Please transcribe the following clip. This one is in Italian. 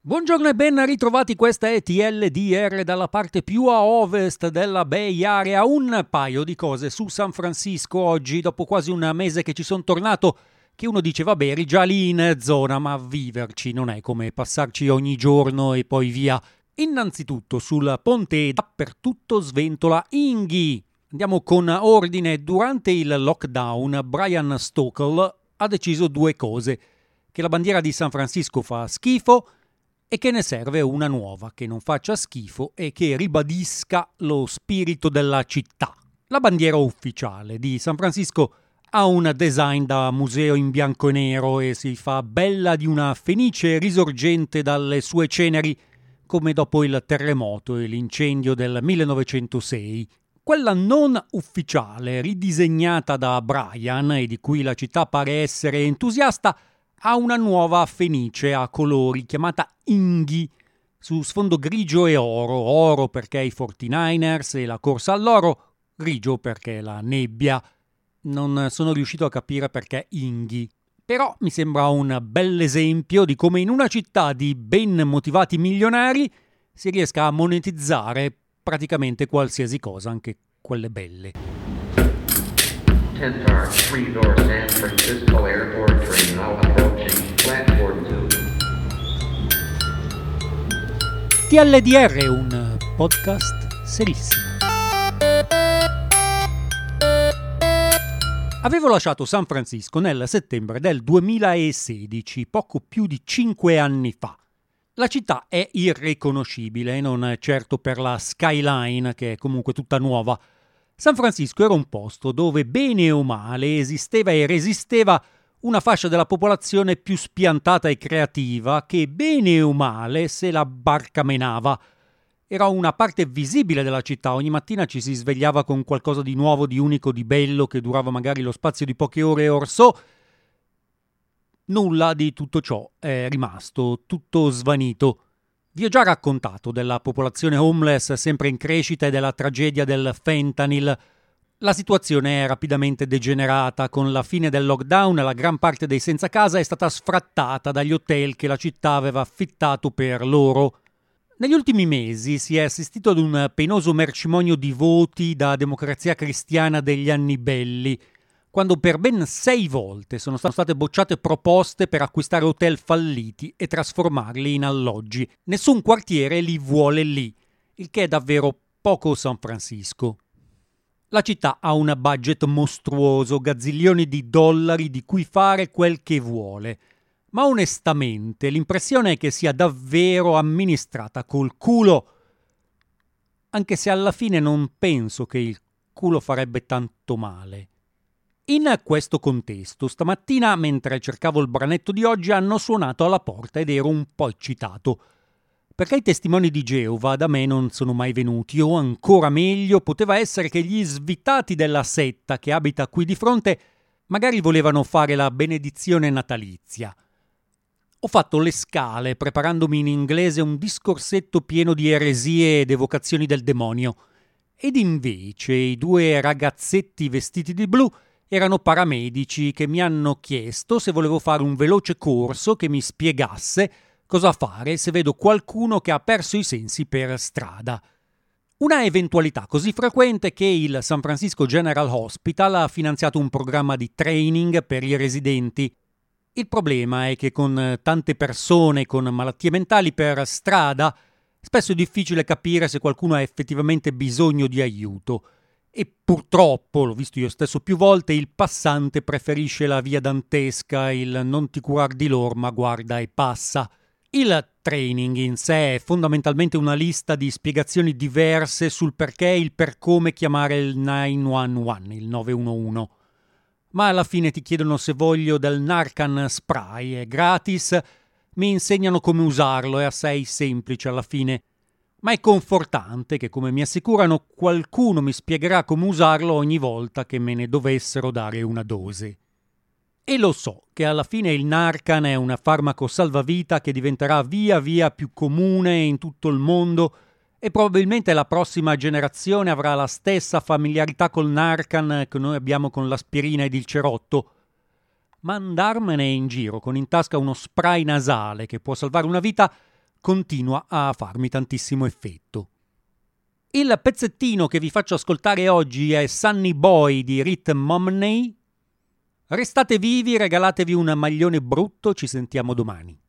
Buongiorno e ben ritrovati, questa è TLDR dalla parte più a ovest della Bay Area. Un paio di cose su San Francisco oggi, dopo quasi un mese che ci sono tornato, che uno dice vabbè eri già lì in zona, ma viverci non è come passarci ogni giorno e poi via. Innanzitutto sul ponte dappertutto sventola inghi. Andiamo con ordine. Durante il lockdown Brian Stokel ha deciso due cose: che la bandiera di San Francisco fa schifo e che ne serve una nuova che non faccia schifo e che ribadisca lo spirito della città. La bandiera ufficiale di San Francisco ha un design da museo in bianco e nero e si fa bella di una fenice risorgente dalle sue ceneri, come dopo il terremoto e l'incendio del 1906. Quella non ufficiale, ridisegnata da Brian e di cui la città pare essere entusiasta, ha una nuova fenice a colori chiamata Inghi, su sfondo grigio e oro perché i 49ers e la corsa all'oro, grigio perché la nebbia. Non sono riuscito a capire perché Inghi, però mi sembra un bell'esempio di come in una città di ben motivati milionari si riesca a monetizzare praticamente qualsiasi cosa, anche quelle belle. 10 car, 3-door San Francisco Airport train now approaching platform 2. TLDR è un podcast serissimo. Avevo lasciato San Francisco nel settembre del 2016, poco più di 5 anni fa. La città è irriconoscibile, non certo per la skyline, che è comunque tutta nuova. San Francisco era un posto dove, bene o male, esisteva e resisteva una fascia della popolazione più spiantata e creativa che, bene o male, se la barcamenava. Era una parte visibile della città, ogni mattina ci si svegliava con qualcosa di nuovo, di unico, di bello, che durava magari lo spazio di poche ore or so. Nulla di tutto ciò è rimasto, tutto svanito. Vi ho già raccontato della popolazione homeless sempre in crescita e della tragedia del fentanyl. La situazione è rapidamente degenerata. Con la fine del lockdown la gran parte dei senza casa è stata sfrattata dagli hotel che la città aveva affittato per loro. Negli ultimi mesi si è assistito ad un penoso mercimonio di voti da Democrazia Cristiana degli anni belli, quando per ben 6 volte sono state bocciate proposte per acquistare hotel falliti e trasformarli in alloggi. Nessun quartiere li vuole lì, il che è davvero poco San Francisco. La città ha un budget mostruoso, gazzillioni di dollari di cui fare quel che vuole, ma onestamente l'impressione è che sia davvero amministrata col culo, anche se alla fine non penso che il culo farebbe tanto male. In questo contesto, stamattina, mentre cercavo il branetto di oggi, hanno suonato alla porta ed ero un po' eccitato, perché i testimoni di Geova da me non sono mai venuti, o ancora meglio, poteva essere che gli svitati della setta che abita qui di fronte magari volevano fare la benedizione natalizia. Ho fatto le scale preparandomi in inglese un discorsetto pieno di eresie ed evocazioni del demonio, ed invece i due ragazzetti vestiti di blu erano paramedici che mi hanno chiesto se volevo fare un veloce corso che mi spiegasse cosa fare se vedo qualcuno che ha perso i sensi per strada. Una eventualità così frequente che il San Francisco General Hospital ha finanziato un programma di training per i residenti. Il problema è che con tante persone con malattie mentali per strada, spesso è difficile capire se qualcuno ha effettivamente bisogno di aiuto. E purtroppo, l'ho visto io stesso più volte, il passante preferisce la via dantesca, il non ti curar di lor ma guarda e passa. Il training in sé è fondamentalmente una lista di spiegazioni diverse sul perché e il per come chiamare il 911, il 911. Ma alla fine ti chiedono se voglio del Narcan spray, è gratis, mi insegnano come usarlo, è assai semplice alla fine. Ma è confortante che, come mi assicurano, qualcuno mi spiegherà come usarlo ogni volta che me ne dovessero dare una dose. E lo so che alla fine il Narcan è un farmaco salvavita che diventerà via via più comune in tutto il mondo e probabilmente la prossima generazione avrà la stessa familiarità col Narcan che noi abbiamo con l'aspirina ed il cerotto. Ma andarmene in giro con in tasca uno spray nasale che può salvare una vita continua a farmi tantissimo effetto. Il pezzettino che vi faccio ascoltare oggi è Sunny Boy di Rhythm Momney. Restate vivi, regalatevi un maglione brutto, ci sentiamo domani.